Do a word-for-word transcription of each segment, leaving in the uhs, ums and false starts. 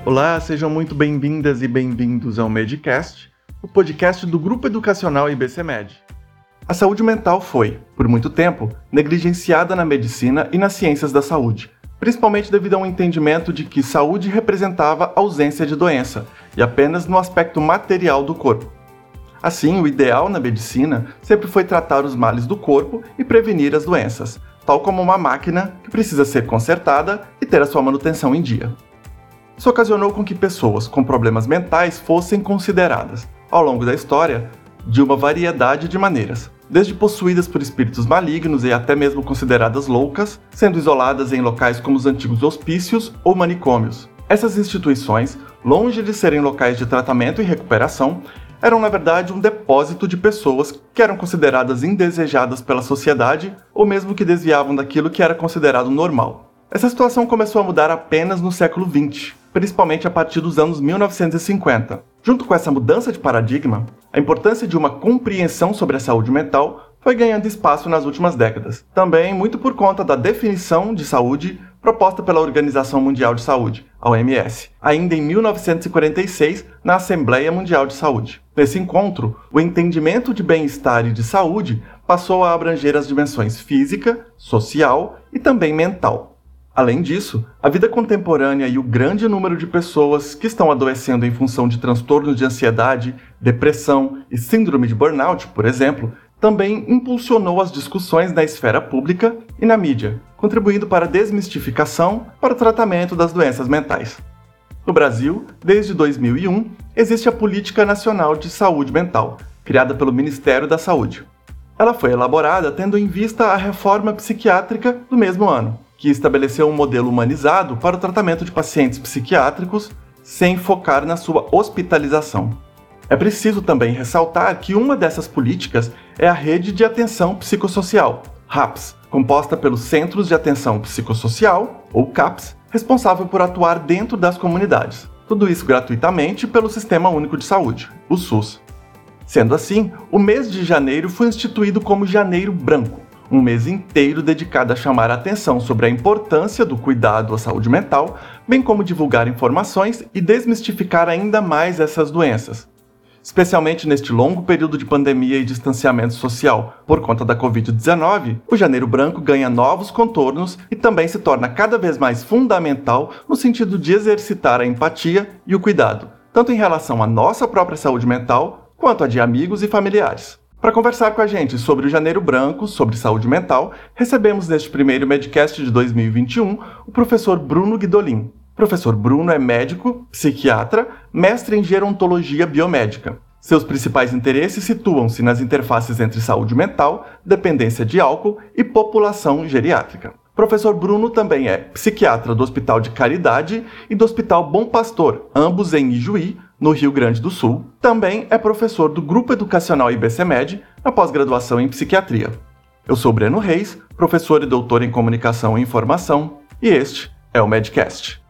Olá, sejam muito bem-vindas e bem-vindos ao Medcast, o podcast do Grupo Educacional I B C Med. A saúde mental foi, por muito tempo, negligenciada na medicina e nas ciências da saúde, principalmente devido a um entendimento de que saúde representava ausência de doença, e apenas no aspecto material do corpo. Assim, o ideal na medicina sempre foi tratar os males do corpo e prevenir as doenças, tal como uma máquina que precisa ser consertada e ter a sua manutenção em dia. Isso ocasionou com que pessoas com problemas mentais fossem consideradas, ao longo da história, de uma variedade de maneiras, desde possuídas por espíritos malignos e até mesmo consideradas loucas, sendo isoladas em locais como os antigos hospícios ou manicômios. Essas instituições, longe de serem locais de tratamento e recuperação, eram na verdade um depósito de pessoas que eram consideradas indesejadas pela sociedade ou mesmo que desviavam daquilo que era considerado normal. Essa situação começou a mudar apenas no século vinte, principalmente a partir dos anos mil novecentos e cinquenta. Junto com essa mudança de paradigma, a importância de uma compreensão sobre a saúde mental foi ganhando espaço nas últimas décadas, também muito por conta da definição de saúde proposta pela Organização Mundial de Saúde, a O M S, ainda em mil novecentos e quarenta e seis, na Assembleia Mundial de Saúde. Nesse encontro, o entendimento de bem-estar e de saúde passou a abranger as dimensões física, social e também mental. Além disso, a vida contemporânea e o grande número de pessoas que estão adoecendo em função de transtornos de ansiedade, depressão e síndrome de burnout, por exemplo, também impulsionou as discussões na esfera pública e na mídia, contribuindo para a desmistificação para o tratamento das doenças mentais. No Brasil, desde dois mil e um, existe a Política Nacional de Saúde Mental, criada pelo Ministério da Saúde. Ela foi elaborada tendo em vista a reforma psiquiátrica do mesmo ano, que estabeleceu um modelo humanizado para o tratamento de pacientes psiquiátricos sem focar na sua hospitalização. É preciso também ressaltar que uma dessas políticas é a Rede de Atenção Psicossocial, RAPS, composta pelos Centros de Atenção Psicossocial, ou CAPS, responsável por atuar dentro das comunidades. Tudo isso gratuitamente pelo Sistema Único de Saúde, o SUS. Sendo assim, o mês de janeiro foi instituído como Janeiro Branco, um mês inteiro dedicado a chamar a atenção sobre a importância do cuidado à saúde mental, bem como divulgar informações e desmistificar ainda mais essas doenças. Especialmente neste longo período de pandemia e distanciamento social por conta da covid dezenove, o Janeiro Branco ganha novos contornos e também se torna cada vez mais fundamental no sentido de exercitar a empatia e o cuidado, tanto em relação à nossa própria saúde mental, quanto a de amigos e familiares. Para conversar com a gente sobre o Janeiro Branco, sobre saúde mental, recebemos neste primeiro Medcast de dois mil e vinte e um o professor Bruno Guidolin. O professor Bruno é médico, psiquiatra, mestre em gerontologia biomédica. Seus principais interesses situam-se nas interfaces entre saúde mental, dependência de álcool e população geriátrica. O professor Bruno também é psiquiatra do Hospital de Caridade e do Hospital Bom Pastor, ambos em Ijuí, no Rio Grande do Sul. Também é professor do Grupo Educacional I B C Med, na pós-graduação em Psiquiatria. Eu sou Breno Reis, professor e doutor em Comunicação e Informação, e este é o Medcast.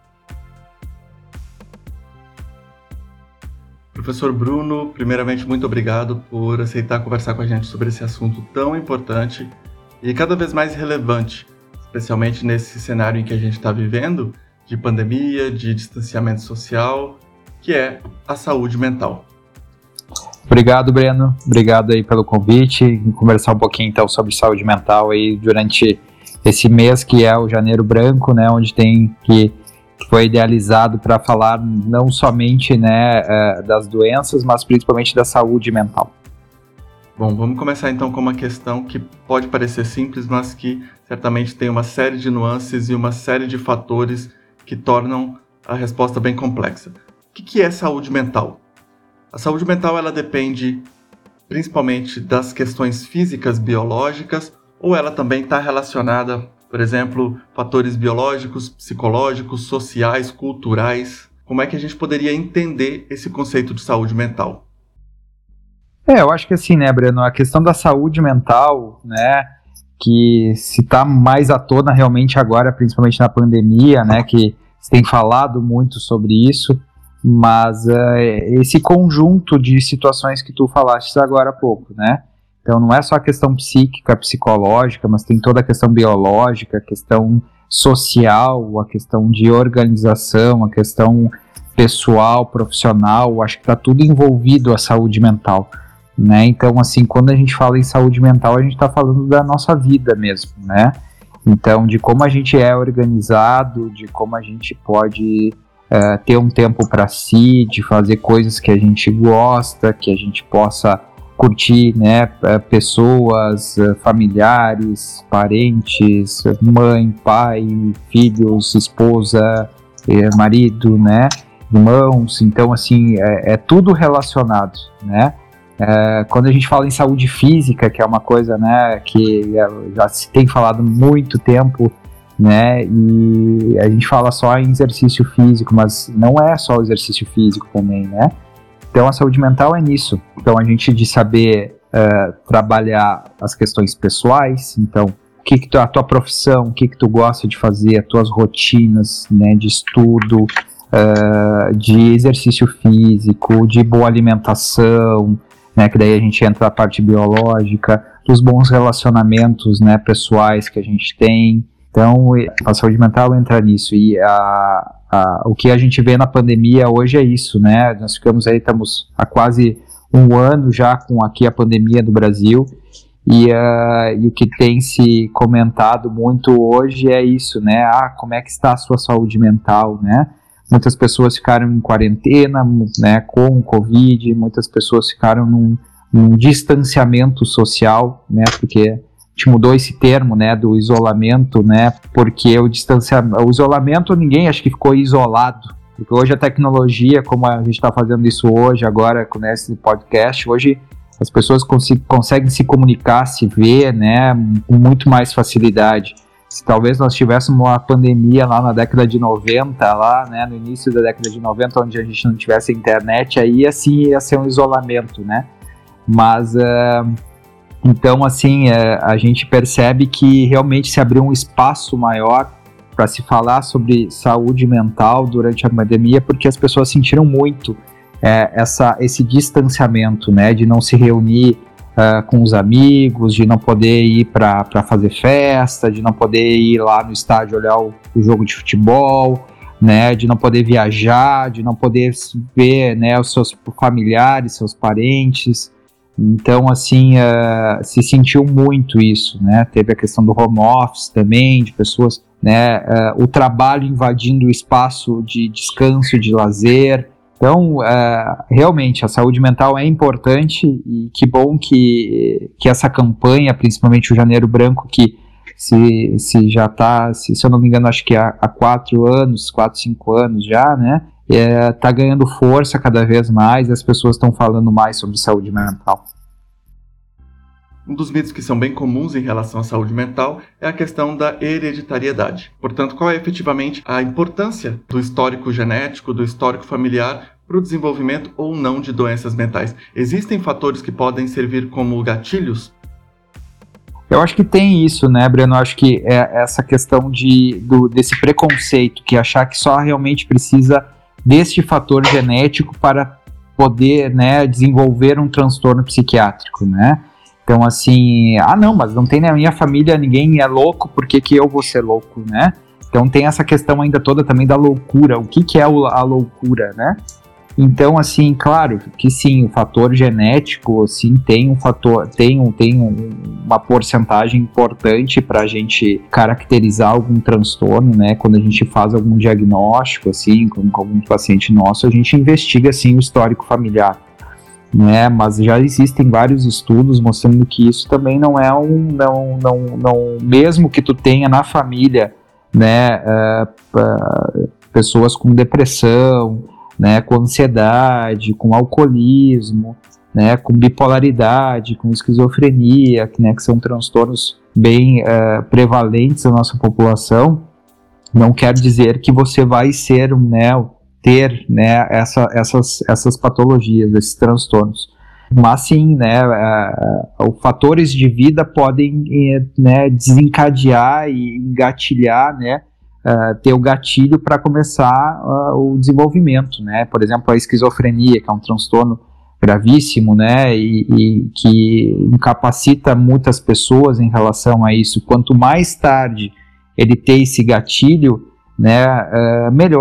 Professor Bruno, primeiramente, muito obrigado por aceitar conversar com a gente sobre esse assunto tão importante e cada vez mais relevante, especialmente nesse cenário em que a gente está vivendo, de pandemia, de distanciamento social, que é a saúde mental. Obrigado, Breno. Obrigado aí pelo convite. Vamos conversar um pouquinho então sobre saúde mental aí durante esse mês que é o Janeiro Branco, né, onde tem que foi idealizado para falar não somente, né, das doenças, mas principalmente da saúde mental. Bom, vamos começar então com uma questão que pode parecer simples, mas que certamente tem uma série de nuances e uma série de fatores que tornam a resposta bem complexa. O que é saúde mental? A saúde mental ela depende principalmente das questões físicas, biológicas, ou ela também está relacionada, por exemplo, fatores biológicos, psicológicos, sociais, culturais? Como é que a gente poderia entender esse conceito de saúde mental? É, eu acho que assim, né, Breno, a questão da saúde mental, né, que se está mais à tona realmente agora, principalmente na pandemia, né, que se tem falado muito sobre isso, mas uh, esse conjunto de situações que tu falaste agora há pouco, né, então não é só a questão psíquica, psicológica, mas tem toda a questão biológica, a questão social, a questão de organização, a questão pessoal, profissional, acho que está tudo envolvido a saúde mental, né? Então, assim, quando a gente fala em saúde mental, a gente está falando da nossa vida mesmo, né? Então, de como a gente é organizado, de como a gente pode uh, ter um tempo para si, de fazer coisas que a gente gosta, que a gente possa curtir, né? Pessoas, familiares, parentes, mãe, pai, filhos, esposa, marido, né? Irmãos. Então, assim, é, é tudo relacionado, né? É, quando a gente fala em saúde física, que é uma coisa, né, que já se tem falado muito tempo, né, e a gente fala só em exercício físico, mas não é só o exercício físico também, né? Então a saúde mental é nisso. Então a gente de saber uh, trabalhar as questões pessoais, então o que, que tu, a tua profissão, o que, que tu gosta de fazer, as tuas rotinas, né, de estudo, uh, de exercício físico, de boa alimentação, né, que daí a gente entra na parte biológica, dos bons relacionamentos, né, pessoais que a gente tem. Então a saúde mental entra nisso, e a, a, o que a gente vê na pandemia hoje é isso, né? Nós ficamos aí, estamos há quase um ano já com aqui a pandemia do Brasil, e, uh, e o que tem se comentado muito hoje é isso, né? Ah, como é que está a sua saúde mental, né? Muitas pessoas ficaram em quarentena, né, com o Covid, muitas pessoas ficaram num, num distanciamento social, né, porque a gente mudou esse termo, né, do isolamento, né, porque o, distanciamento, o isolamento ninguém acho que ficou isolado, porque hoje a tecnologia, como a gente está fazendo isso hoje, agora com esse podcast, hoje as pessoas cons- conseguem se comunicar, se ver, né, com muito mais facilidade. Se talvez nós tivéssemos uma pandemia lá na década de noventa, lá, né, no início da década de noventa, onde a gente não tivesse internet, aí assim ia ser um isolamento, né? Mas, uh, então, assim, uh, a gente percebe que realmente se abriu um espaço maior para se falar sobre saúde mental durante a pandemia, porque as pessoas sentiram muito uh, essa, esse distanciamento, né, de não se reunir Uh, com os amigos, de não poder ir para fazer festa, de não poder ir lá no estádio olhar o, o jogo de futebol, né, de não poder viajar, de não poder ver, né, os seus familiares, seus parentes. Então, assim, uh, se sentiu muito isso, né? Teve a questão do home office também, de pessoas, né, uh, o trabalho invadindo o espaço de descanso, de lazer. Então, uh, realmente, a saúde mental é importante, e que bom que, que essa campanha, principalmente o Janeiro Branco, que se, se já está, se, se eu não me engano, acho que há, há quatro anos, quatro, cinco anos já, né, está é, ganhando força cada vez mais, e as pessoas estão falando mais sobre saúde mental. Um dos mitos que são bem comuns em relação à saúde mental é a questão da hereditariedade. Portanto, qual é efetivamente a importância do histórico genético, do histórico familiar para o desenvolvimento ou não de doenças mentais? Existem fatores que podem servir como gatilhos? Eu acho que tem isso, né, Breno? Eu acho que é essa questão de, do, desse preconceito, que achar que só realmente precisa deste fator genético para poder, né, desenvolver um transtorno psiquiátrico, né? Então, assim, ah, não, mas não tem na minha família ninguém é louco, por que que eu vou ser louco, né? Então tem essa questão ainda toda também da loucura, o que que é a loucura, né? Então, assim, claro que sim, o fator genético, sim, tem um fator, tem, um, tem um, uma porcentagem importante para a gente caracterizar algum transtorno, né? Quando a gente faz algum diagnóstico, assim, com, com algum paciente nosso, a gente investiga, assim, o histórico familiar, né? Mas já existem vários estudos mostrando que isso também não é um, não, não, não, mesmo que tu tenha na família, né, uh, uh, pessoas com depressão, né, com ansiedade, com alcoolismo, né, com bipolaridade, com esquizofrenia, que, né, que são transtornos bem uh, prevalentes na nossa população, não quer dizer que você vai ser, né, ter, né, essa, essas, essas patologias, esses transtornos. Mas sim, né, uh, uh, fatores de vida podem, né, desencadear e engatilhar, né, Uh, ter o gatilho para começar uh, o desenvolvimento, né? Por exemplo, a esquizofrenia, que é um transtorno gravíssimo, né? E, e que incapacita muitas pessoas em relação a isso. Quanto mais tarde ele ter esse gatilho, né, uh, melhor,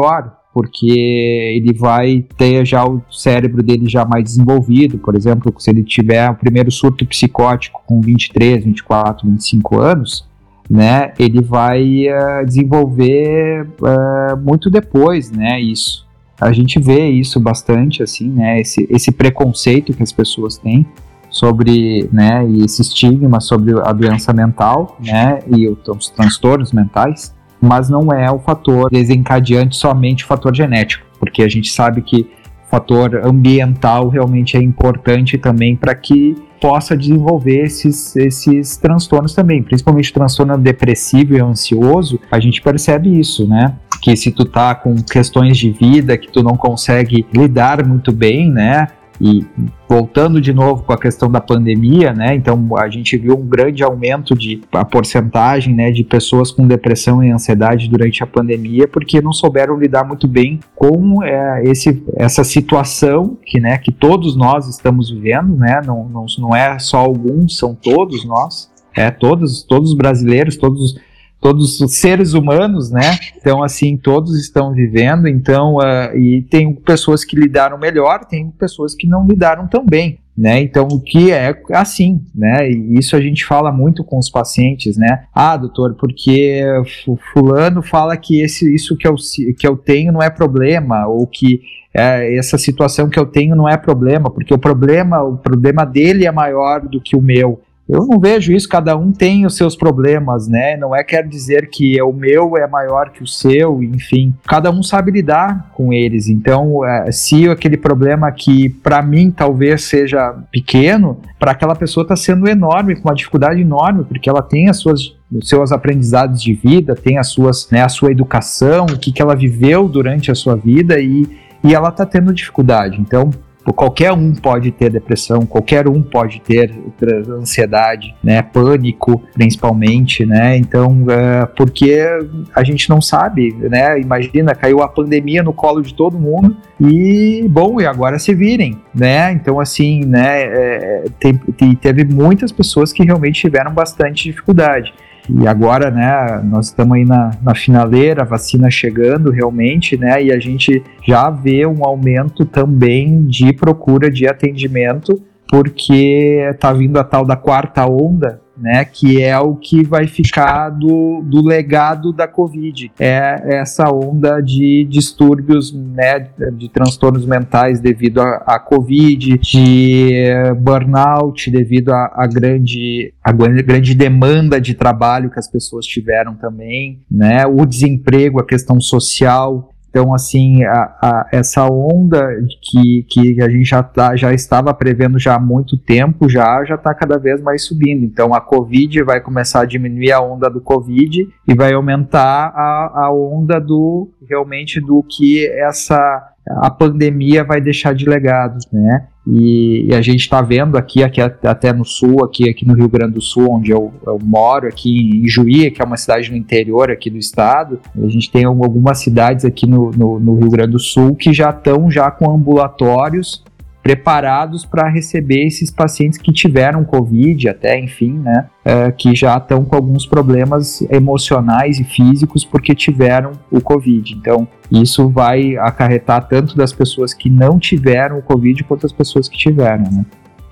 porque ele vai ter já o cérebro dele já mais desenvolvido. Por exemplo, se ele tiver o primeiro surto psicótico com vinte e três, vinte e quatro, vinte e cinco anos, né, ele vai uh, desenvolver uh, muito depois, né, isso. A gente vê isso bastante, assim, né, esse, esse preconceito que as pessoas têm sobre, né, e esse estigma sobre a doença mental, né, e os transtornos mentais, mas não é o fator desencadeante somente o fator genético, porque a gente sabe que o fator ambiental realmente é importante também para que possa desenvolver esses, esses transtornos também, principalmente o transtorno depressivo e ansioso. A gente percebe isso, né, que se tu tá com questões de vida que tu não consegue lidar muito bem, né, e voltando de novo com a questão da pandemia, né, então a gente viu um grande aumento de a porcentagem, né, de pessoas com depressão e ansiedade durante a pandemia, porque não souberam lidar muito bem com é, esse, essa situação que, né, que todos nós estamos vivendo, né, não, não, não é só alguns, são todos nós, é, todos, todos os brasileiros, todos todos os seres humanos, né, então assim, todos estão vivendo, então, uh, e tem pessoas que lidaram melhor, tem pessoas que não lidaram tão bem, né, então o que é assim, né, e isso a gente fala muito com os pacientes, né, ah, doutor, porque fulano fala que esse, isso que eu, que eu tenho não é problema, ou que é, essa situação que eu tenho não é problema, porque o problema, o problema dele é maior do que o meu. Eu não vejo isso, cada um tem os seus problemas, né, não é quer dizer que o meu é maior que o seu, enfim, cada um sabe lidar com eles, então se aquele problema que para mim talvez seja pequeno, para aquela pessoa está sendo enorme, com uma dificuldade enorme, porque ela tem as suas os seus aprendizados de vida, tem as suas, né, a sua educação, o que, que ela viveu durante a sua vida e, e ela está tendo dificuldade, então qualquer um pode ter depressão, qualquer um pode ter ansiedade, né, pânico principalmente, né, então, é, porque a gente não sabe, né, imagina, caiu a pandemia no colo de todo mundo e, bom, e agora se virem, né, então assim, né, é, tem, tem, teve muitas pessoas que realmente tiveram bastante dificuldade. E agora, né, nós estamos aí na, na finaleira, a vacina chegando realmente, né, e a gente já vê um aumento também de procura de atendimento, porque está vindo a tal da quarta onda, né, que é o que vai ficar do, do legado da Covid, é essa onda de distúrbios, né, de transtornos mentais devido à Covid, de burnout devido à grande, a grande demanda de trabalho que as pessoas tiveram também, né, o desemprego, a questão social. Então, assim, a, a, essa onda que, que a gente já, tá, já estava prevendo já há muito tempo, já já está cada vez mais subindo. Então, a Covid vai começar a diminuir a onda do Covid e vai aumentar a, a onda do, realmente, do que essa, a pandemia vai deixar de legado, né? E, e a gente está vendo aqui, aqui até no sul, aqui, aqui no Rio Grande do Sul, onde eu, eu moro, aqui em Juí, que é uma cidade no interior aqui do estado, a gente tem algumas cidades aqui no, no, no Rio Grande do Sul que já estão já com ambulatórios preparados para receber esses pacientes que tiveram Covid, até, enfim, né, é, que já estão com alguns problemas emocionais e físicos porque tiveram o Covid. Então, isso vai acarretar tanto das pessoas que não tiveram o Covid quanto das pessoas que tiveram, né.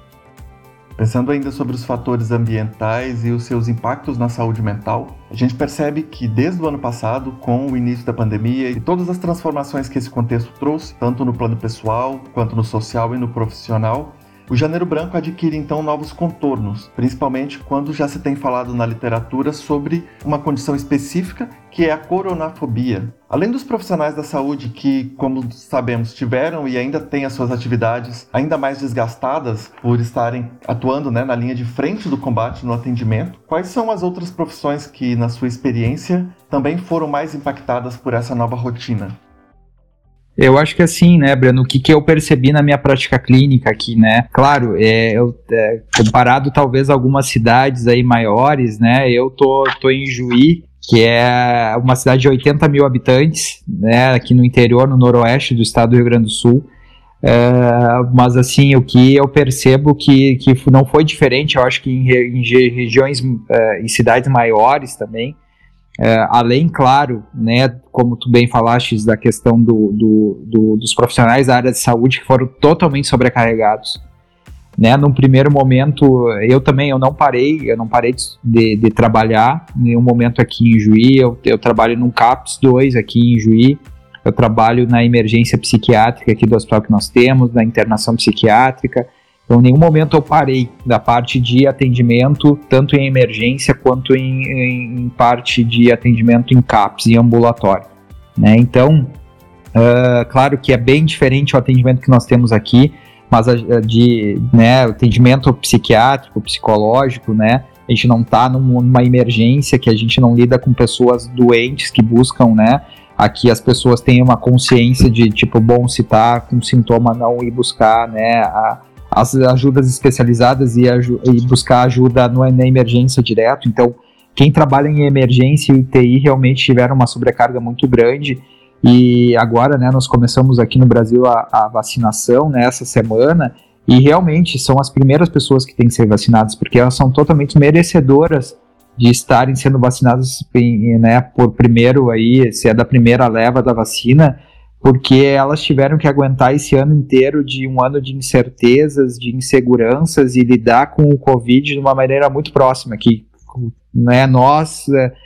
Pensando ainda sobre os fatores ambientais e os seus impactos na saúde mental, a gente percebe que desde o ano passado, com o início da pandemia e todas as transformações que esse contexto trouxe, tanto no plano pessoal, quanto no social e no profissional, o Janeiro Branco adquire então novos contornos, principalmente quando já se tem falado na literatura sobre uma condição específica que é a coronafobia. Além dos profissionais da saúde que, como sabemos, tiveram e ainda têm as suas atividades ainda mais desgastadas por estarem atuando, né, na linha de frente do combate no atendimento, quais são as outras profissões que, na sua experiência, também foram mais impactadas por essa nova rotina? Eu acho que assim, né, Breno, o que, que eu percebi na minha prática clínica aqui, né, claro, é, eu, é, comparado talvez a algumas cidades aí maiores, né, eu tô, tô em Juí, que é uma cidade de oitenta mil habitantes, né, aqui no interior, no noroeste do estado do Rio Grande do Sul, é, mas assim, o que eu percebo que, que não foi diferente, eu acho que em, em regiões, é, em cidades maiores também, é, além, claro, né, como tu bem falaste, da questão do, do, do, dos profissionais da área de saúde que foram totalmente sobrecarregados. Né, num primeiro momento, eu também eu não parei, eu não parei de, de trabalhar em nenhum momento aqui em Juí, eu, eu trabalho num CAPS dois aqui em Juí, eu trabalho na emergência psiquiátrica aqui do hospital que nós temos, na internação psiquiátrica, então em nenhum momento eu parei da parte de atendimento, tanto em emergência quanto em, em, em parte de atendimento em CAPS, em ambulatório. Né? Então, uh, claro que é bem diferente o atendimento que nós temos aqui, mas de né, atendimento psiquiátrico, psicológico, né, a gente não está numa emergência, que a gente não lida com pessoas doentes que buscam, né, aqui as pessoas têm uma consciência de, tipo, bom, se está com sintoma, não ir buscar, né, a, as ajudas especializadas e, e buscar ajuda no, na emergência direto. Então, quem trabalha em emergência e U T I realmente tiveram uma sobrecarga muito grande. E agora, né, nós começamos aqui no Brasil a, a vacinação, né, essa semana, e realmente são as primeiras pessoas que têm que ser vacinadas, porque elas são totalmente merecedoras de estarem sendo vacinadas, né, por primeiro aí, se é da primeira leva da vacina, porque elas tiveram que aguentar esse ano inteiro de um ano de incertezas, de inseguranças e lidar com o Covid de uma maneira muito próxima, que, né, nós...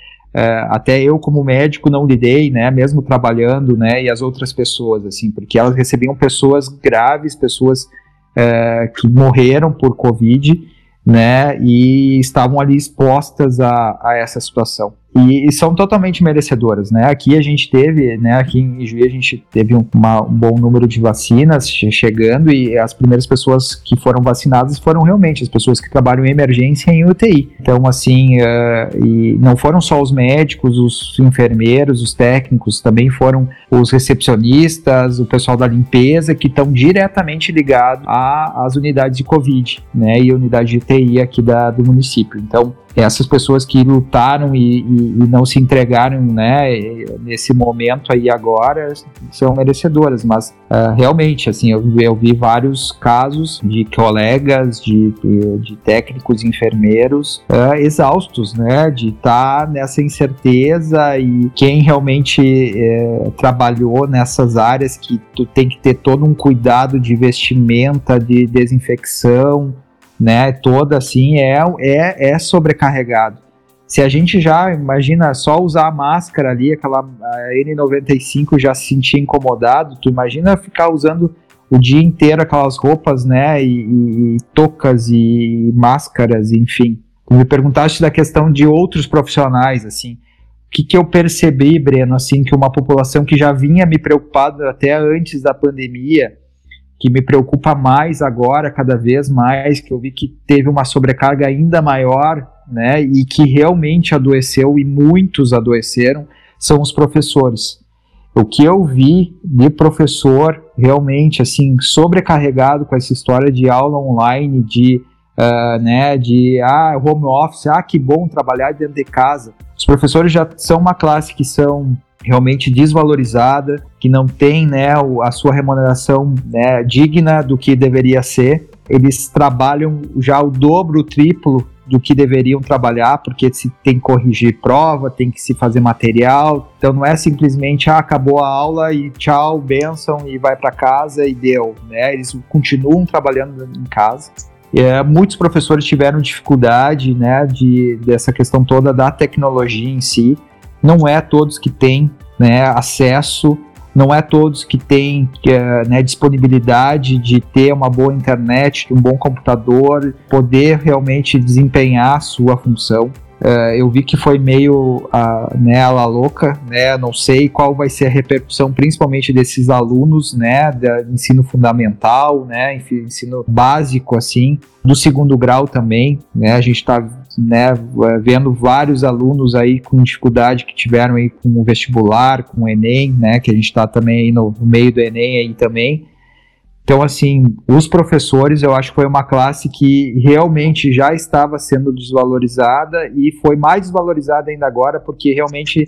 Uh, até eu como médico não lidei, né, mesmo trabalhando, né, e as outras pessoas, assim, porque elas recebiam pessoas graves, pessoas uh, que morreram por Covid, né, e estavam ali expostas a, a essa situação. E, e são totalmente merecedoras, né, aqui a gente teve, né, aqui em Juí a gente teve um, uma, um bom número de vacinas che- chegando e as primeiras pessoas que foram vacinadas foram realmente as pessoas que trabalham em emergência e em U T I. Então, assim, uh, e não foram só os médicos, os enfermeiros, os técnicos, também foram os recepcionistas, o pessoal da limpeza, que estão diretamente ligados às unidades de Covid, né, e unidade de U T I aqui da, do município. Então, essas pessoas que lutaram e, e, e não se entregaram, né, nesse momento aí agora, são merecedoras, mas uh, realmente, assim, eu, eu vi vários casos de colegas, de, de, de técnicos, enfermeiros, uh, exaustos, né, de estar tá nessa incerteza, e quem realmente uh, trabalhou nessas áreas que tu tem que ter todo um cuidado de vestimenta, de desinfecção, né, toda assim, é, é, é sobrecarregado. Se a gente já, imagina, só usar a máscara ali, aquela N noventa e cinco, já se sentir incomodado, tu imagina ficar usando o dia inteiro aquelas roupas, né, e, e, e toucas e máscaras, enfim. Tu me perguntaste da questão de outros profissionais, assim, o que, que eu percebi, Breno, assim, que uma população que já vinha me preocupado até antes da pandemia, que me preocupa mais agora, cada vez mais, que eu vi que teve uma sobrecarga ainda maior, né, e que realmente adoeceu, e muitos adoeceram, são os professores. O que eu vi de professor realmente, assim, sobrecarregado com essa história de aula online, de, uh, né, de, ah, home office, ah, que bom trabalhar dentro de casa. Os professores já são uma classe que são realmente desvalorizada, que não tem, né, a sua remuneração, né, digna do que deveria ser. Eles trabalham já o dobro, o triplo do que deveriam trabalhar, porque se tem que corrigir prova, tem que se fazer material, então não é simplesmente, ah, acabou a aula e tchau, bênção, e vai para casa e deu, né, eles continuam trabalhando em casa. É, muitos professores tiveram dificuldade, né, de, dessa questão toda da tecnologia em si. Não é todos que têm, né, acesso, não é todos que têm, né, disponibilidade de ter uma boa internet, um bom computador, poder realmente desempenhar a sua função. Uh, eu vi que foi meio uh, né, a la louca, né, não sei qual vai ser a repercussão, principalmente desses alunos, né, do ensino fundamental, né, ensino básico, assim, do segundo grau também, né, a gente está, né, vendo vários alunos aí com dificuldade que tiveram aí com o vestibular, com o Enem, né, que a gente está também aí no, no meio do Enem aí também. Então, assim, os professores, eu acho que foi uma classe que realmente já estava sendo desvalorizada e foi mais desvalorizada ainda agora, porque realmente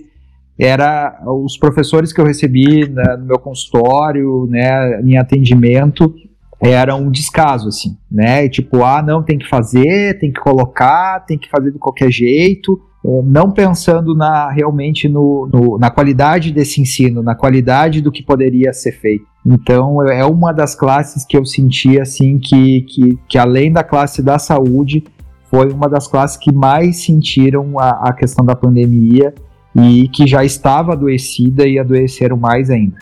era os professores que eu recebi, né, no meu consultório, né, em atendimento, era um descaso, assim, né, e tipo, ah, não, tem que fazer, tem que colocar, tem que fazer de qualquer jeito, é, não pensando na, realmente no, no, na qualidade desse ensino, na qualidade do que poderia ser feito. Então é uma das classes que eu senti assim que, que, que além da classe da saúde, foi uma das classes que mais sentiram a, a questão da pandemia e que já estava adoecida e adoeceram mais ainda.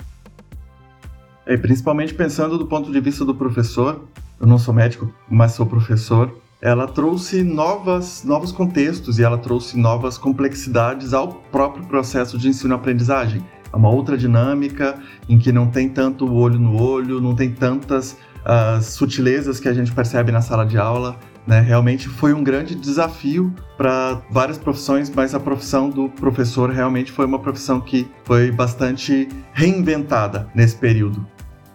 É, principalmente pensando do ponto de vista do professor, eu não sou médico, mas sou professor, ela trouxe novas, novos contextos e ela trouxe novas complexidades ao próprio processo de ensino-aprendizagem. É uma outra dinâmica em que não tem tanto olho no olho, não tem tantas uh, sutilezas que a gente percebe na sala de aula, né? Realmente foi um grande desafio para várias profissões, mas a profissão do professor realmente foi uma profissão que foi bastante reinventada nesse período.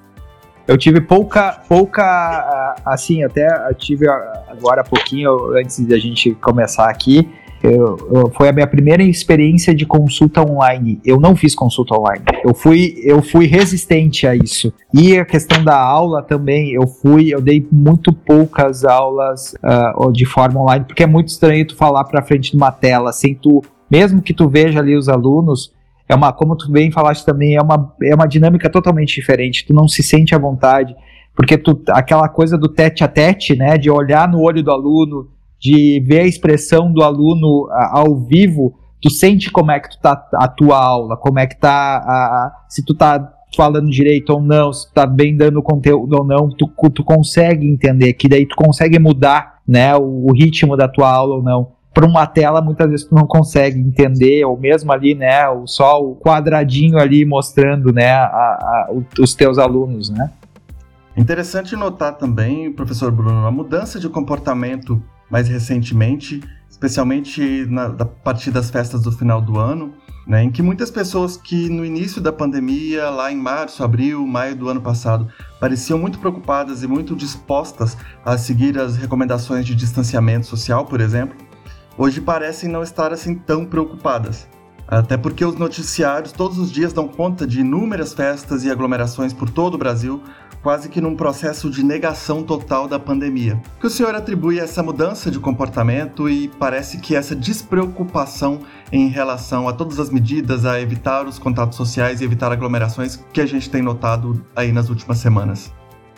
Eu tive pouca, pouca, assim, até tive agora há pouquinho, antes da gente começar aqui, eu, eu, foi a minha primeira experiência de consulta online. Eu não fiz consulta online, eu fui, eu fui resistente a isso. E a questão da aula também, eu fui, eu dei muito poucas aulas uh, de forma online, porque é muito estranho tu falar pra frente de uma tela, sem tu, mesmo que tu veja ali os alunos, é uma, como tu bem falaste também, é uma, é uma dinâmica totalmente diferente, tu não se sente à vontade, porque tu, aquela coisa do tete a tete, né, de olhar no olho do aluno, de ver a expressão do aluno a, ao vivo, tu sente como é que tu tá a tua aula, como é que tá, a, a, se tu tá falando direito ou não, se tu tá bem dando conteúdo ou não, tu, tu consegue entender, que daí tu consegue mudar, né, o, o ritmo da tua aula ou não. Para uma tela, muitas vezes tu não consegue entender, ou mesmo ali, né, o, só o quadradinho ali mostrando, né, a, a, os teus alunos, né. Interessante notar também, professor Bruno, a mudança de comportamento mais recentemente, especialmente na, a partir das festas do final do ano, né, em que muitas pessoas que no início da pandemia, lá em março, abril, maio do ano passado, pareciam muito preocupadas e muito dispostas a seguir as recomendações de distanciamento social, por exemplo, hoje parecem não estar assim tão preocupadas. Até porque os noticiários todos os dias dão conta de inúmeras festas e aglomerações por todo o Brasil, quase que num processo de negação total da pandemia. O que o senhor atribui a essa mudança de comportamento e parece que essa despreocupação em relação a todas as medidas, a evitar os contatos sociais e evitar aglomerações que a gente tem notado aí nas últimas semanas?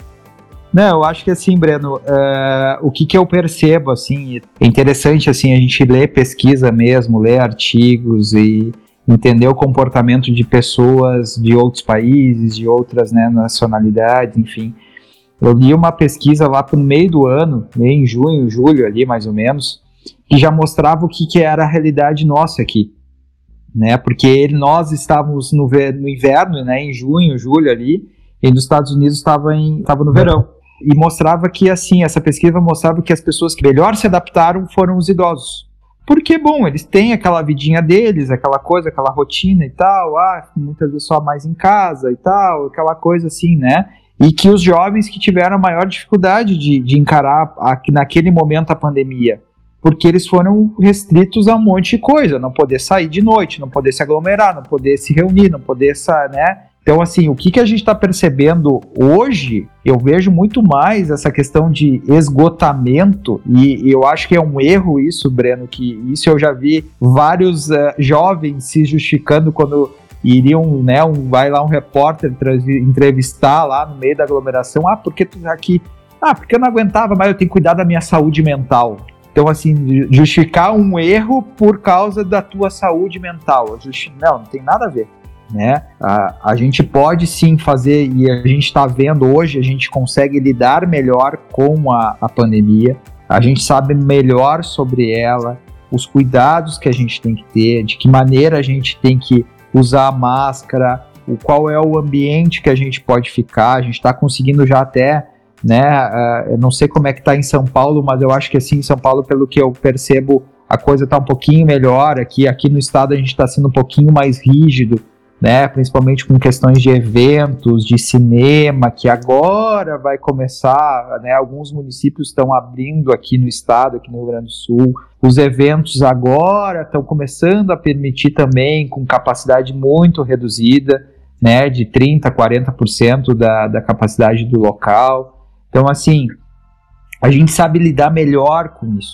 Não, eu acho que assim, Breno, uh, o que que eu percebo, assim, é interessante, assim, a gente ler pesquisa mesmo, ler artigos e entender o comportamento de pessoas de outros países, de outras, né, nacionalidades, enfim. Eu li uma pesquisa lá pro meio do ano, meio em junho, julho ali, mais ou menos, que já mostrava o que que era a realidade nossa aqui, né, porque nós estávamos no, no inverno, né, em junho, julho ali, e nos Estados Unidos estava em, estava no verão. E mostrava que, assim, essa pesquisa mostrava que as pessoas que melhor se adaptaram foram os idosos. Porque, bom, eles têm aquela vidinha deles, aquela coisa, aquela rotina e tal, ah, muitas vezes só mais em casa e tal, aquela coisa assim, né? E que os jovens que tiveram a maior dificuldade de, de encarar a, naquele momento a pandemia, porque eles foram restritos a um monte de coisa, não poder sair de noite, não poder se aglomerar, não poder se reunir, não poder, né? Então, assim, o que, que a gente está percebendo hoje, eu vejo muito mais essa questão de esgotamento, e, e eu acho que é um erro isso, Breno, que isso eu já vi vários uh, jovens se justificando quando iriam, né, um, vai lá um repórter entrevistar lá no meio da aglomeração, ah, porque tu tá aqui? Ah, porque eu não aguentava, mas eu tenho que cuidar da minha saúde mental. Então, assim, justificar um erro por causa da tua saúde mental, Justi- não, não tem nada a ver. Né? A, a gente pode sim fazer, e a gente está vendo hoje, a gente consegue lidar melhor com a, a pandemia, a gente sabe melhor sobre ela, os cuidados que a gente tem que ter, de que maneira a gente tem que usar a máscara, o, qual é o ambiente que a gente pode ficar, a gente está conseguindo já até, né, uh, eu não sei como é que está em São Paulo, mas eu acho que assim, em São Paulo, pelo que eu percebo, a coisa está um pouquinho melhor, aqui, aqui no estado a gente está sendo um pouquinho mais rígido, né, principalmente com questões de eventos, de cinema, que agora vai começar, né, alguns municípios estão abrindo aqui no estado, aqui no Rio Grande do Sul, os eventos agora estão começando a permitir também com capacidade muito reduzida, né, de trinta por cento, quarenta por cento da, da capacidade do local. Então, assim, a gente sabe lidar melhor com isso.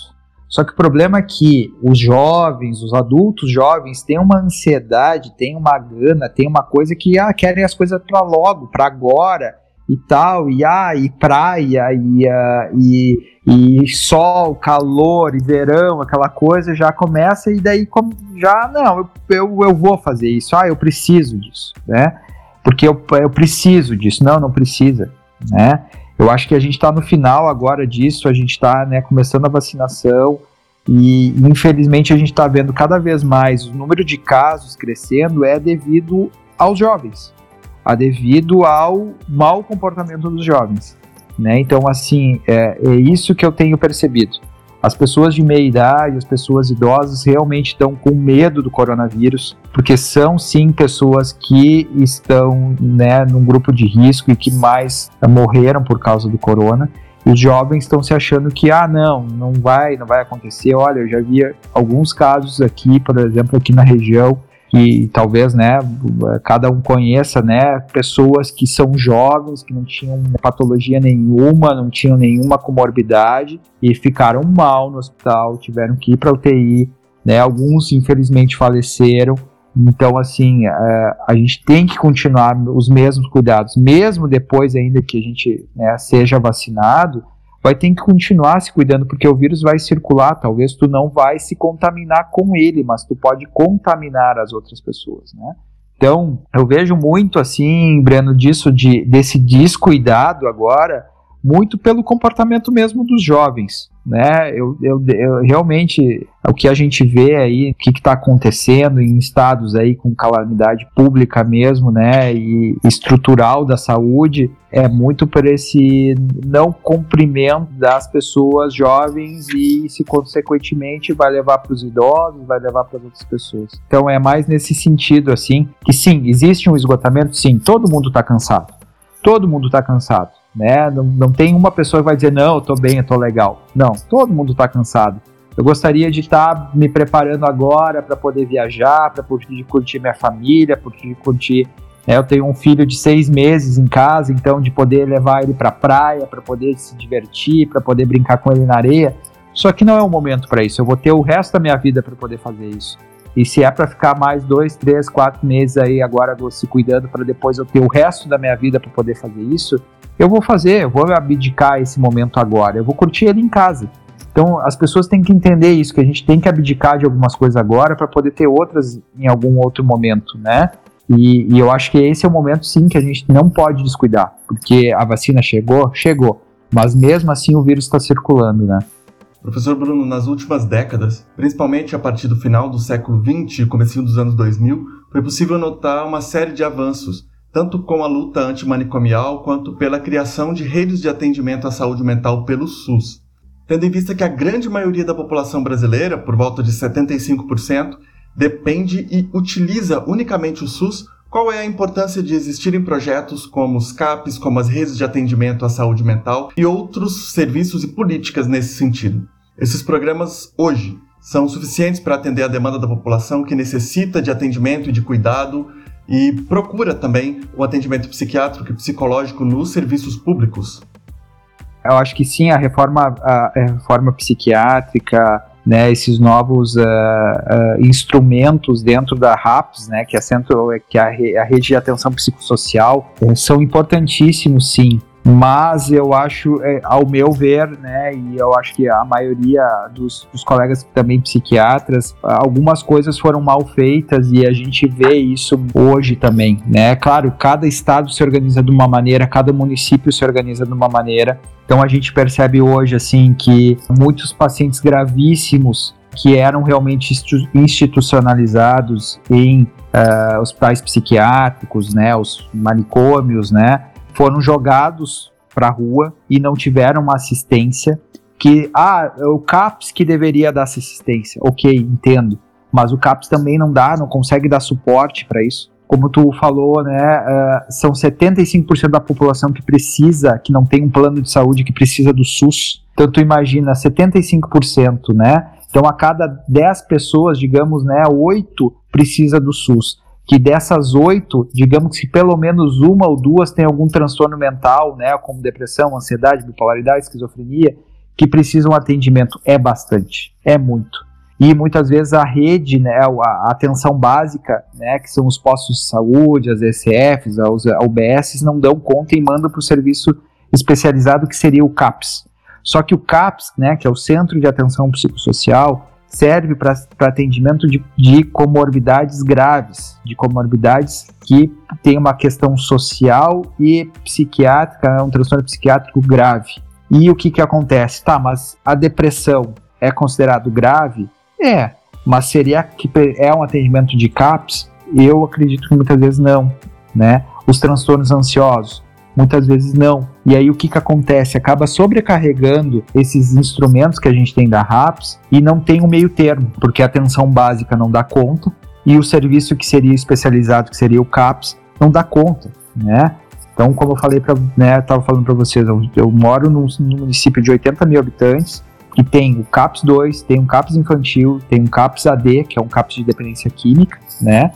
Só que o problema é que os jovens, os adultos jovens, têm uma ansiedade, têm uma gana, têm uma coisa que ah, querem as coisas para logo, para agora e tal, e, ah, e praia, e, uh, e, e sol, calor, e verão, aquela coisa já começa e daí já, não, eu, eu, eu vou fazer isso, ah, eu preciso disso, né? Porque eu, eu preciso disso, não, não precisa, né? Eu acho que a gente está no final agora disso, a gente está, né, começando a vacinação e infelizmente a gente está vendo cada vez mais o número de casos crescendo é devido aos jovens, é devido ao mau comportamento dos jovens, né? Então assim, é, é isso que eu tenho percebido. As pessoas de meia idade, as pessoas idosas realmente estão com medo do coronavírus, porque são sim pessoas que estão, né, num grupo de risco e que mais morreram por causa do corona. E os jovens estão se achando que, ah, não, não vai, não vai acontecer. Olha, eu já vi alguns casos aqui, por exemplo, aqui na região, que talvez, né, cada um conheça, né, pessoas que são jovens, que não tinham patologia nenhuma, não tinham nenhuma comorbidade e ficaram mal no hospital, tiveram que ir para U T I, né, alguns infelizmente faleceram. Então, assim, a gente tem que continuar os mesmos cuidados, mesmo depois ainda que a gente, né, seja vacinado, vai ter que continuar se cuidando, porque o vírus vai circular, talvez tu não vai se contaminar com ele, mas tu pode contaminar as outras pessoas, né? Então, eu vejo muito assim, Breno, disso, de, desse descuidado agora, muito pelo comportamento mesmo dos jovens, né? Eu, eu, eu realmente, o que a gente vê aí, o que está acontecendo em estados aí com calamidade pública mesmo, né, e estrutural da saúde, é muito por esse não cumprimento das pessoas jovens e se consequentemente vai levar para os idosos, vai levar para as outras pessoas. Então é mais nesse sentido assim, que sim, existe um esgotamento, sim, todo mundo está cansado, todo mundo está cansado. Né? Não, não tem uma pessoa que vai dizer, não, eu tô bem, eu tô legal. Não, todo mundo tá cansado. Eu gostaria de estar me preparando agora para poder viajar, para poder curtir minha família, poder curtir... Né? Eu tenho um filho de seis meses em casa, então de poder levar ele pra praia, para poder se divertir, para poder brincar com ele na areia. Só que não é o momento para isso. Eu vou ter o resto da minha vida para poder fazer isso. E se é para ficar mais dois, três, quatro meses aí agora se cuidando para depois eu ter o resto da minha vida para poder fazer isso, eu vou fazer, eu vou abdicar esse momento agora, eu vou curtir ele em casa. Então as pessoas têm que entender isso, que a gente tem que abdicar de algumas coisas agora para poder ter outras em algum outro momento, né? E, e eu acho que esse é o momento sim que a gente não pode descuidar, porque a vacina chegou, chegou, mas mesmo assim o vírus está circulando, né? Professor Bruno, nas últimas décadas, principalmente a partir do final do século vinte e comecinho dos anos dois mil, foi possível notar uma série de avanços, tanto com a luta antimanicomial quanto pela criação de redes de atendimento à saúde mental pelo SUS. Tendo em vista que a grande maioria da população brasileira, por volta de setenta e cinco por cento, depende e utiliza unicamente o SUS, qual é a importância de existirem projetos como os CAPs, como as redes de atendimento à saúde mental e outros serviços e políticas nesse sentido? Esses programas, hoje, são suficientes para atender a demanda da população que necessita de atendimento e de cuidado e procura também o atendimento psiquiátrico e psicológico nos serviços públicos? Eu acho que sim, a reforma, a, a reforma psiquiátrica, né, esses novos uh, uh, instrumentos dentro da RAPS, né, que é, centro, que é a, a rede de atenção psicossocial, é, são importantíssimos sim. Mas eu acho, é, ao meu ver, né, e eu acho que a maioria dos, dos colegas também psiquiatras, algumas coisas foram mal feitas e a gente vê isso hoje também, né? Claro, cada estado se organiza de uma maneira, cada município se organiza de uma maneira. Então a gente percebe hoje, assim, que muitos pacientes gravíssimos que eram realmente institucionalizados em uh, hospitais psiquiátricos, né, os manicômios, né, foram jogados para a rua e não tiveram uma assistência que, ah, o CAPS que deveria dar essa assistência, ok, entendo, mas o CAPS também não dá, não consegue dar suporte para isso. Como tu falou, né, uh, são setenta e cinco por cento da população que precisa, que não tem um plano de saúde, que precisa do SUS. Então tu imagina, setenta e cinco por cento, né? Então a cada dez pessoas, digamos, né, oito precisa do SUS. Que dessas oito, digamos que pelo menos uma ou duas tem algum transtorno mental, né, como depressão, ansiedade, bipolaridade, esquizofrenia, que precisam de atendimento. É bastante, é muito. E muitas vezes a rede, né, a atenção básica, né, que são os postos de saúde, as E C Fs, as U B S, não dão conta e mandam para o serviço especializado que seria o CAPS. Só que o CAPS, né, que é o Centro de Atenção Psicossocial, serve para atendimento de, de comorbidades graves, de comorbidades que tem uma questão social e psiquiátrica, um transtorno psiquiátrico grave. E o que que acontece? Tá, mas a depressão é considerado grave? É, mas seria que é um atendimento de CAPS? Eu acredito que muitas vezes não, né? Os transtornos ansiosos? Muitas vezes não. E aí o que que acontece? Acaba sobrecarregando esses instrumentos que a gente tem da RAPS e não tem um meio termo, porque a atenção básica não dá conta e o serviço que seria especializado, que seria o CAPS, não dá conta, né? Então, como eu falei, pra, né, estava falando para vocês, eu, eu moro num, num município de oitenta mil habitantes, que tem o CAPS dois, tem um CAPS infantil, tem um CAPS A D, que é um CAPS de dependência química, né?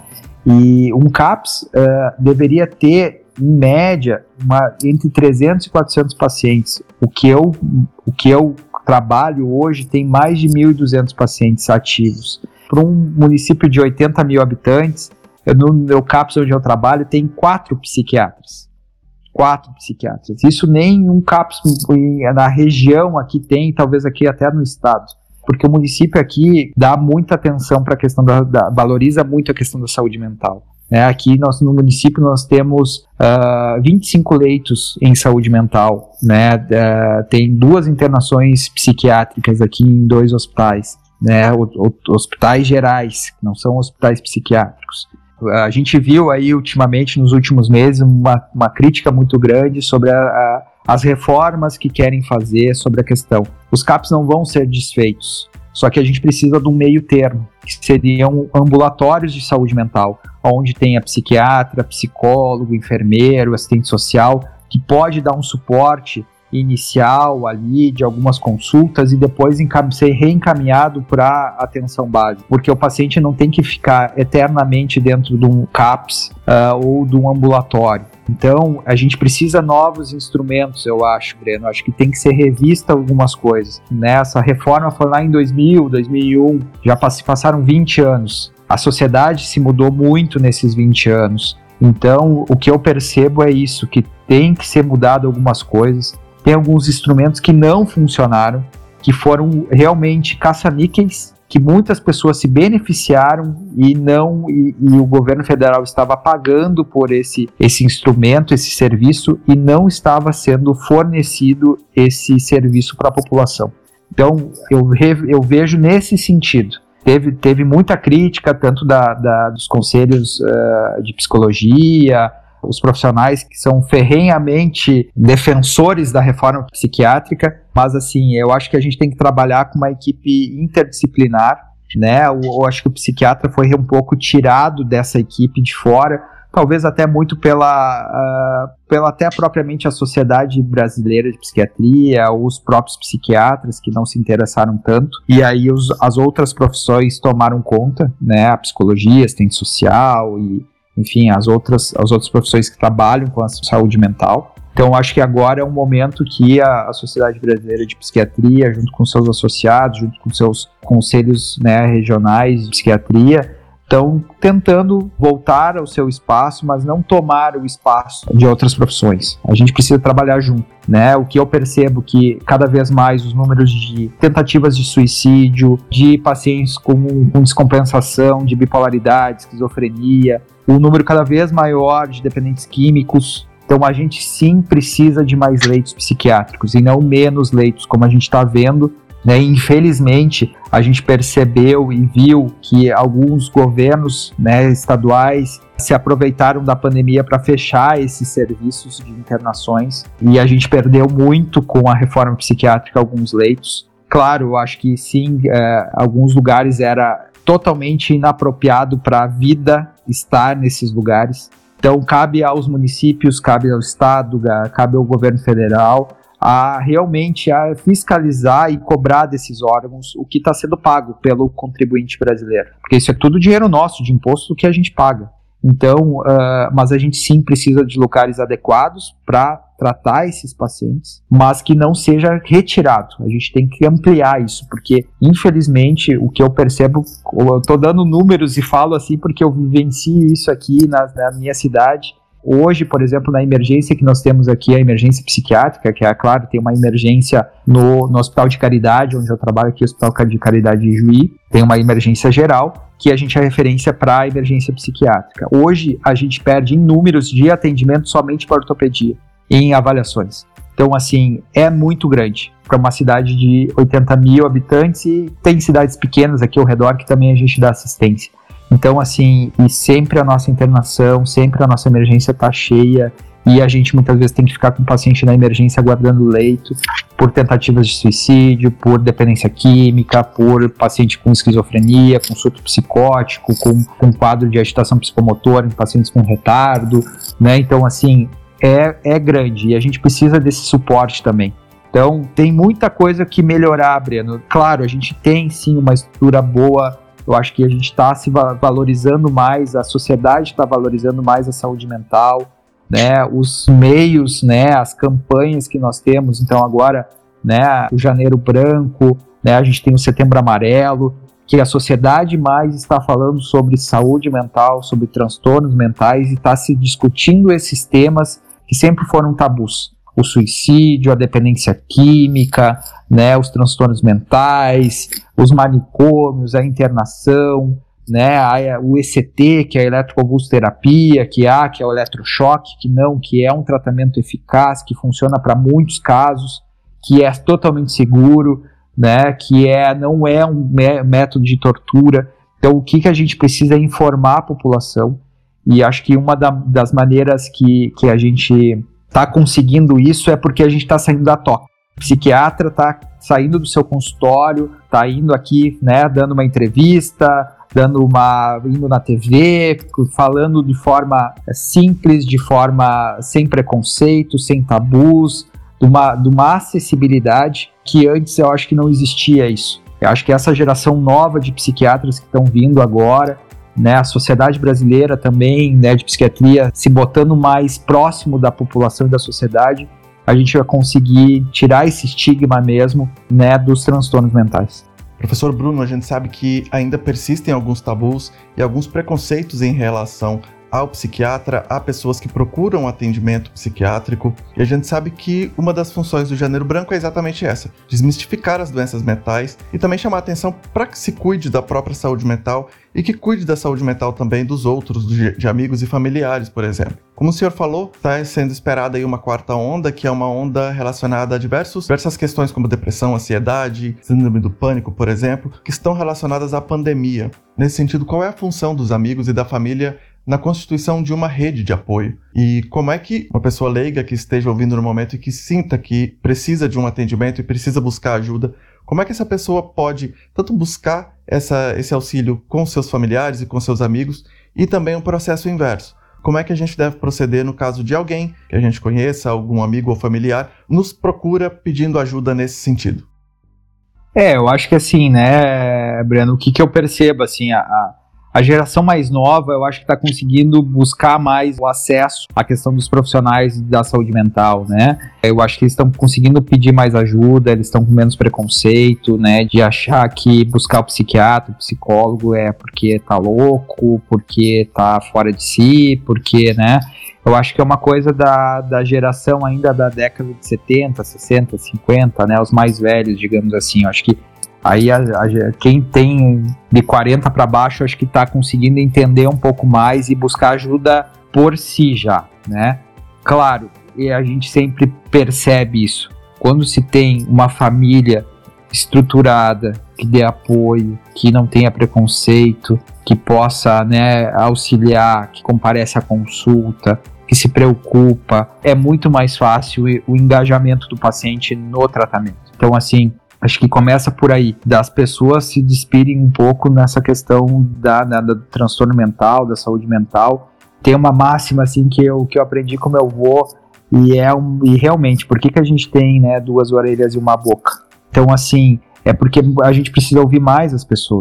E um CAPS uh, deveria ter, em média, uma, entre trezentos e quatrocentos pacientes. O que, eu, o que eu trabalho hoje tem mais de mil e duzentos pacientes ativos. Para um município de oitenta mil habitantes, eu, no meu CAPS onde eu trabalho, tem quatro psiquiatras. Quatro psiquiatras. Isso nem um CAPS na região aqui tem, talvez aqui até no estado. Porque o município aqui dá muita atenção para a questão da, da... valoriza muito a questão da saúde mental. É, aqui nós, no município nós temos uh, vinte e cinco leitos em saúde mental, né? Uh, tem duas internações psiquiátricas aqui em dois hospitais, né? O, o, hospitais gerais, não são hospitais psiquiátricos. A gente viu aí ultimamente, nos últimos meses, uma, uma crítica muito grande sobre a, a, as reformas que querem fazer sobre a questão. Os CAPS não vão ser desfeitos, só que a gente precisa de um meio termo, que seriam ambulatórios de saúde mental, onde tem a psiquiatra, psicólogo, enfermeiro, assistente social, que pode dar um suporte inicial ali de algumas consultas e depois ser reencaminhado para atenção básica, porque o paciente não tem que ficar eternamente dentro de um CAPS uh, ou de um ambulatório. Então, a gente precisa de novos instrumentos, eu acho, Breno. Acho que tem que ser revista algumas coisas. Né? Essa reforma foi lá em dois mil, dois mil e um, já passaram vinte anos. A sociedade se mudou muito nesses vinte anos. Então, o que eu percebo é isso, que tem que ser mudado algumas coisas. Tem alguns instrumentos que não funcionaram, que foram realmente caça-níqueis, que muitas pessoas se beneficiaram e não e, e o governo federal estava pagando por esse, esse instrumento, esse serviço, e não estava sendo fornecido esse serviço para a população. Então, eu, eu vejo nesse sentido. Teve, teve muita crítica, tanto da, da, dos conselhos uh, de psicologia, os profissionais que são ferrenhamente defensores da reforma psiquiátrica, mas assim, eu acho que a gente tem que trabalhar com uma equipe interdisciplinar, né? Eu, eu acho que o psiquiatra foi um pouco tirado dessa equipe de fora, talvez até muito pela, uh, pela até propriamente a Sociedade Brasileira de Psiquiatria, os próprios psiquiatras que não se interessaram tanto, e aí os, as outras profissões tomaram conta, né? A psicologia, assistente social e enfim, as outras, as outras profissões que trabalham com a saúde mental. Então, acho que agora é um momento que a, a Sociedade Brasileira de Psiquiatria, junto com seus associados, junto com seus conselhos, né, regionais de psiquiatria, estão tentando voltar ao seu espaço, mas não tomar o espaço de outras profissões. A gente precisa trabalhar junto, né? O que eu percebo que cada vez mais os números de tentativas de suicídio, de pacientes com, com descompensação, de bipolaridade, esquizofrenia, o número cada vez maior de dependentes químicos. Então a gente sim precisa de mais leitos psiquiátricos e não menos leitos, como a gente está vendo, né? Infelizmente, a gente percebeu e viu que alguns governos, né, estaduais se aproveitaram da pandemia para fechar esses serviços de internações e a gente perdeu muito com a reforma psiquiátrica alguns leitos. Claro, eu acho que sim, é, alguns lugares era totalmente inapropriado para a vida estar nesses lugares. Então, cabe aos municípios, cabe ao Estado, cabe ao governo federal a realmente a fiscalizar e cobrar desses órgãos o que está sendo pago pelo contribuinte brasileiro. Porque isso é tudo dinheiro nosso, de imposto que a gente paga. Então, uh, mas a gente sim precisa de lugares adequados para tratar esses pacientes, mas que não seja retirado. A gente tem que ampliar isso, porque, infelizmente, o que eu percebo, eu estou dando números e falo assim porque eu vivencio isso aqui na, na minha cidade. Hoje, por exemplo, na emergência que nós temos aqui, a emergência psiquiátrica, que é, claro, tem uma emergência no, no Hospital de Caridade, onde eu trabalho aqui, Hospital de Caridade de Juí, tem uma emergência geral, que a gente é referência para a emergência psiquiátrica. Hoje, a gente perde em números de atendimento somente para ortopedia, em avaliações. Então, assim, é muito grande para uma cidade de oitenta mil habitantes e tem cidades pequenas aqui ao redor que também a gente dá assistência. Então, assim, e sempre a nossa internação, sempre a nossa emergência está cheia e a gente muitas vezes tem que ficar com o paciente na emergência aguardando leito por tentativas de suicídio, por dependência química, por paciente com esquizofrenia, com surto psicótico, com, com quadro de agitação psicomotora em pacientes com retardo, né? Então, assim, é, é grande e a gente precisa desse suporte também. Então, tem muita coisa que melhorar, Breno. Claro, a gente tem sim uma estrutura boa. Eu acho que a gente está se valorizando mais, a sociedade está valorizando mais a saúde mental, né, os meios, né, as campanhas que nós temos, então agora, né, o Janeiro Branco, né, a gente tem o Setembro Amarelo, que a sociedade mais está falando sobre saúde mental, sobre transtornos mentais e está se discutindo esses temas que sempre foram tabus. O suicídio, a dependência química, né, os transtornos mentais, os manicômios, a internação, né, a, o E C T, que é a eletroconvulsoterapia, que há, que é o eletrochoque, que não, que é um tratamento eficaz, que funciona para muitos casos, que é totalmente seguro, né, que é, não é um mé- método de tortura. Então, o que, que a gente precisa é informar a população, e acho que uma da, das maneiras que, que a gente está conseguindo isso é porque a gente está saindo da toca. O psiquiatra está saindo do seu consultório, está indo aqui, né, dando uma entrevista, dando uma, indo na T V, falando de forma simples, de forma sem preconceito, sem tabus, de uma, de uma acessibilidade que antes eu acho que não existia isso. Eu acho que essa geração nova de psiquiatras que estão vindo agora, né, a sociedade brasileira também, né, de psiquiatria, se botando mais próximo da população e da sociedade, a gente vai conseguir tirar esse estigma mesmo, né, dos transtornos mentais. Professor Bruno, a gente sabe que ainda persistem alguns tabus e alguns preconceitos em relação ao psiquiatra, há pessoas que procuram atendimento psiquiátrico, e a gente sabe que uma das funções do Janeiro Branco é exatamente essa, desmistificar as doenças mentais e também chamar a atenção para que se cuide da própria saúde mental e que cuide da saúde mental também dos outros, de, de amigos e familiares, por exemplo. Como o senhor falou, está sendo esperada aí uma quarta onda, que é uma onda relacionada a diversos, diversas questões como depressão, ansiedade, síndrome do pânico, por exemplo, que estão relacionadas à pandemia. Nesse sentido, qual é a função dos amigos e da família na constituição de uma rede de apoio? E como é que uma pessoa leiga que esteja ouvindo no momento e que sinta que precisa de um atendimento e precisa buscar ajuda, como é que essa pessoa pode tanto buscar essa, esse auxílio com seus familiares e com seus amigos e também o processo inverso? Como é que a gente deve proceder no caso de alguém que a gente conheça, algum amigo ou familiar, nos procura pedindo ajuda nesse sentido? É, eu acho que assim, né, Breno, o que, que eu percebo, assim, a, a A geração mais nova, eu acho que está conseguindo buscar mais o acesso à questão dos profissionais da saúde mental, né? Eu acho que eles estão conseguindo pedir mais ajuda, eles estão com menos preconceito, né? De achar que buscar o psiquiatra, o psicólogo é porque tá louco, porque tá fora de si, porque, né? Eu acho que é uma coisa da, da geração ainda da década de setenta, sessenta, cinquenta, né? Os mais velhos, digamos assim. Eu acho que aí a, a, quem tem de quarenta para baixo, acho que está conseguindo entender um pouco mais e buscar ajuda por si já, né? Claro, e a gente sempre percebe isso. Quando se tem uma família estruturada, que dê apoio, que não tenha preconceito, que possa, né, auxiliar, que comparece à consulta, que se preocupa, é muito mais fácil o engajamento do paciente no tratamento. Então, assim, acho que começa por aí, das pessoas se despirem um pouco nessa questão da, da, do transtorno mental, da saúde mental. Tem uma máxima assim que eu, que eu aprendi com meu avô, e, é um, e realmente, por que, que a gente tem, né, duas orelhas e uma boca? Então, assim, é porque a gente precisa ouvir mais as pessoas.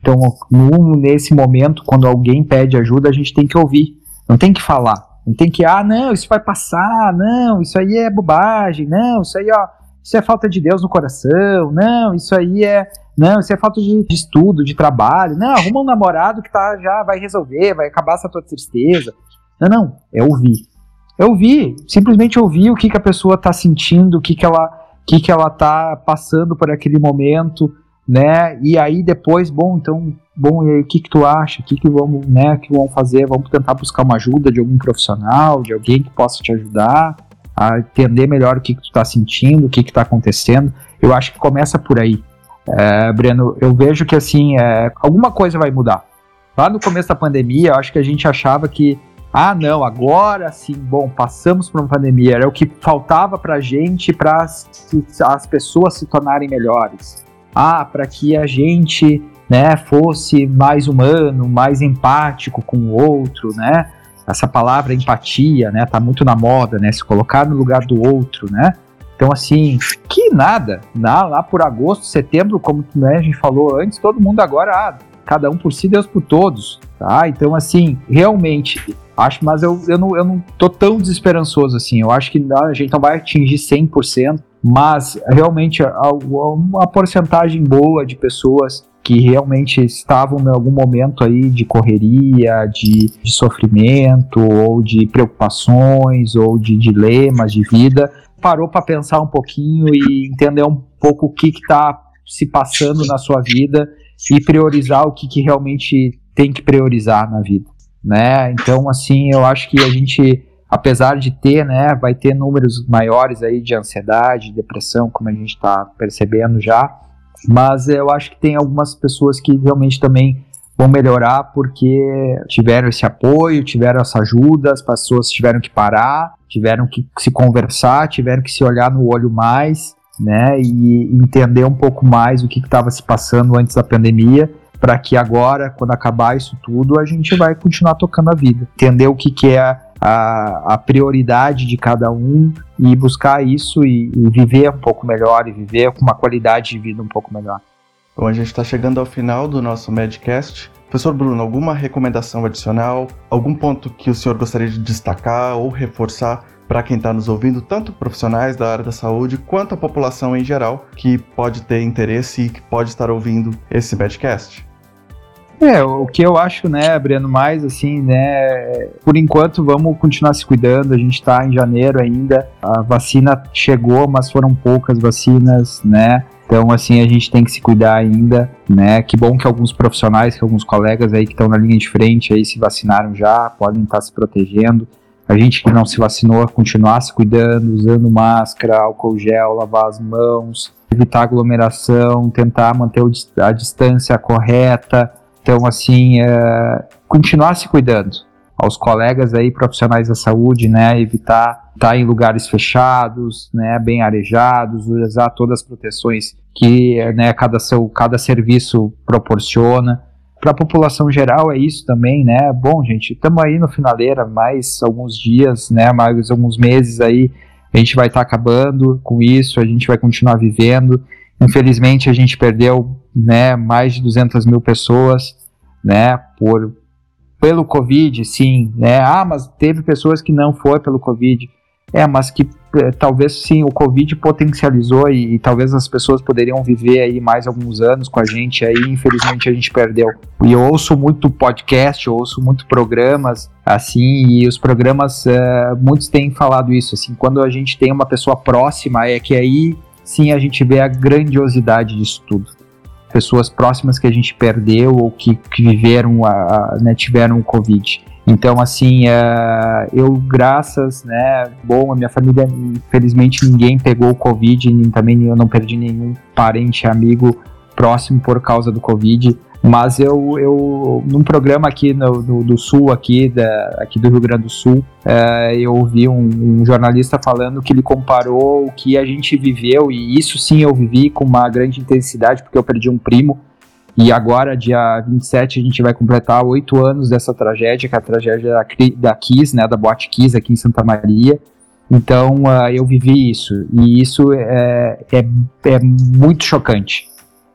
Então, no, nesse momento, quando alguém pede ajuda, a gente tem que ouvir, não tem que falar, não tem que, ah, não, isso vai passar, não, isso aí é bobagem, não, isso aí, ó, isso é falta de Deus no coração, não, isso aí é, não, isso é falta de, de estudo, de trabalho, não, arruma um namorado que tá, já vai resolver, vai acabar essa tua tristeza. Não, não, é ouvir. É ouvir, simplesmente ouvir o que, que a pessoa tá sentindo, o que, que ela, o que, que ela tá passando por aquele momento, né, e aí depois, bom, então, bom, e aí, o que que tu acha, o que que vamos, né, que vamos fazer, vamos tentar buscar uma ajuda de algum profissional, de alguém que possa te ajudar a entender melhor o que que tu tá sentindo, o que que tá acontecendo. Eu acho que começa por aí, é, Breno, eu vejo que assim, é, alguma coisa vai mudar. Lá no começo da pandemia, eu acho que a gente achava que, ah não, agora sim, bom, passamos por uma pandemia, era o que faltava pra gente, para as pessoas se tornarem melhores. Ah, para que a gente, né, fosse mais humano, mais empático com o outro, né? Essa palavra empatia, né, tá muito na moda, né? Se colocar no lugar do outro, né? Então, assim, que nada. Lá, lá por agosto, setembro, como, né, a gente falou antes, todo mundo agora, ah, cada um por si, Deus por todos, tá? Então, assim, realmente, acho, mas eu, eu, não, eu não tô tão desesperançoso assim. Eu acho que não, a gente não vai atingir cem por cento, mas realmente a, a, uma porcentagem boa de pessoas que realmente estavam em algum momento aí de correria, de, de sofrimento, ou de preocupações, ou de dilemas de vida, parou para pensar um pouquinho e entender um pouco o que está se passando na sua vida e priorizar o que, que realmente tem que priorizar na vida, né? Então, assim, eu acho que a gente, apesar de ter, né, vai ter números maiores aí de ansiedade, depressão, como a gente está percebendo já, mas eu acho que tem algumas pessoas que realmente também vão melhorar porque tiveram esse apoio, tiveram essa ajuda, as pessoas tiveram que parar, tiveram que se conversar, tiveram que se olhar no olho mais, né, e entender um pouco mais o que estava se passando antes da pandemia, para que agora, quando acabar isso tudo, a gente vai continuar tocando a vida, entender o que, que é a, a, a prioridade de cada um e buscar isso e, e viver um pouco melhor e viver com uma qualidade de vida um pouco melhor. Bom, a gente está chegando ao final do nosso Medcast. Professor Bruno, alguma recomendação adicional, algum ponto que o senhor gostaria de destacar ou reforçar para quem está nos ouvindo, tanto profissionais da área da saúde quanto a população em geral que pode ter interesse e que pode estar ouvindo esse Medcast? É, o que eu acho, né, Breno, mais assim, né, por enquanto vamos continuar se cuidando, a gente está em janeiro ainda, a vacina chegou, mas foram poucas vacinas, né, então assim, a gente tem que se cuidar ainda, né, que bom que alguns profissionais, que alguns colegas aí que estão na linha de frente aí se vacinaram já, podem estar se protegendo, a gente que não se vacinou, continuar se cuidando, usando máscara, álcool gel, lavar as mãos, evitar aglomeração, tentar manter a distância correta. Então, assim, é, continuar se cuidando. Aos colegas aí, profissionais da saúde, né, evitar estar em lugares fechados, né, bem arejados, usar todas as proteções que, né, cada, seu, cada serviço proporciona. Para a população geral é isso também, né, bom, gente, estamos aí no finaleira, mais alguns dias, né, mais alguns meses aí, a gente vai estar acabando com isso, a gente vai continuar vivendo. Infelizmente, a gente perdeu, né, mais de duzentas mil pessoas, né, por, pelo Covid, sim, né, ah, mas teve pessoas que não foi pelo Covid, é, mas que é, talvez, sim, o Covid potencializou e, e talvez as pessoas poderiam viver aí mais alguns anos com a gente, aí infelizmente a gente perdeu. E eu ouço muito podcast, eu ouço muito programas, assim, e os programas, é, muitos têm falado isso, assim, quando a gente tem uma pessoa próxima, é que aí sim a gente vê a grandiosidade disso tudo. Pessoas próximas que a gente perdeu ou que, que viveram, a, a, né, tiveram o Covid. Então, assim, uh, eu, graças, né, bom, a minha família, infelizmente, ninguém pegou o Covid, nem, também eu não perdi nenhum parente, amigo próximo por causa do Covid, mas eu, eu num programa aqui no, no, do Sul, aqui, da, aqui do Rio Grande do Sul, uh, eu ouvi um, um jornalista falando que ele comparou o que a gente viveu, e isso sim eu vivi com uma grande intensidade, porque eu perdi um primo, e agora, dia vinte e sete, a gente vai completar oito anos dessa tragédia, que é a tragédia da, da Kiss, né, da Boate Kiss aqui em Santa Maria. Então, uh, eu vivi isso, e isso é, é, é muito chocante.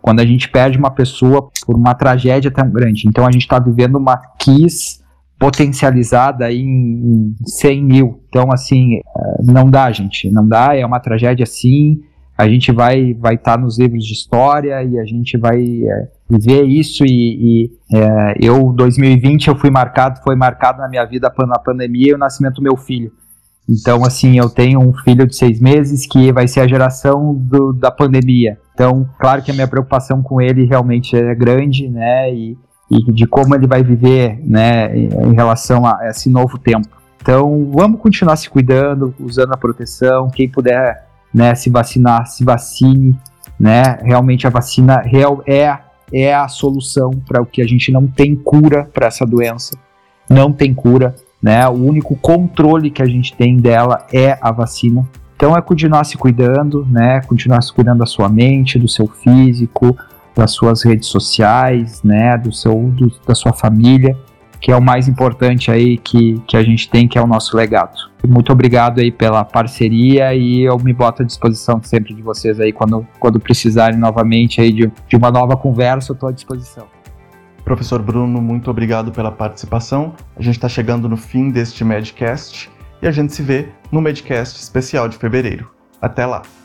quando a gente perde uma pessoa por uma tragédia tão grande. Então a gente está vivendo uma crise potencializada aí em cem mil. Então, assim, não dá, gente, não dá, é uma tragédia assim, a gente vai vai estar nos livros de história e a gente vai é, viver isso e, e é, eu, dois mil e vinte, eu fui marcado, foi marcado na minha vida na pandemia e o nascimento do meu filho. Então, assim, eu tenho um filho de seis meses que vai ser a geração do, da pandemia. Então, claro que a minha preocupação com ele realmente é grande, né, e, e de como ele vai viver, né, em relação a esse novo tempo. Então, vamos continuar se cuidando, usando a proteção, quem puder, né, se vacinar, se vacine, né, realmente a vacina real é, é a solução para o que a gente não tem cura para essa doença, não tem cura, né, o único controle que a gente tem dela é a vacina. Então é continuar se cuidando, né, continuar se cuidando da sua mente, do seu físico, das suas redes sociais, né, do seu, do, da sua família, que é o mais importante aí que, que a gente tem, que é o nosso legado. Muito obrigado aí pela parceria e eu me boto à disposição sempre de vocês aí quando, quando precisarem novamente aí de, de uma nova conversa, eu estou à disposição. Professor Bruno, muito obrigado pela participação. A gente está chegando no fim deste Medcast e a gente se vê no Medcast especial de fevereiro. Até lá!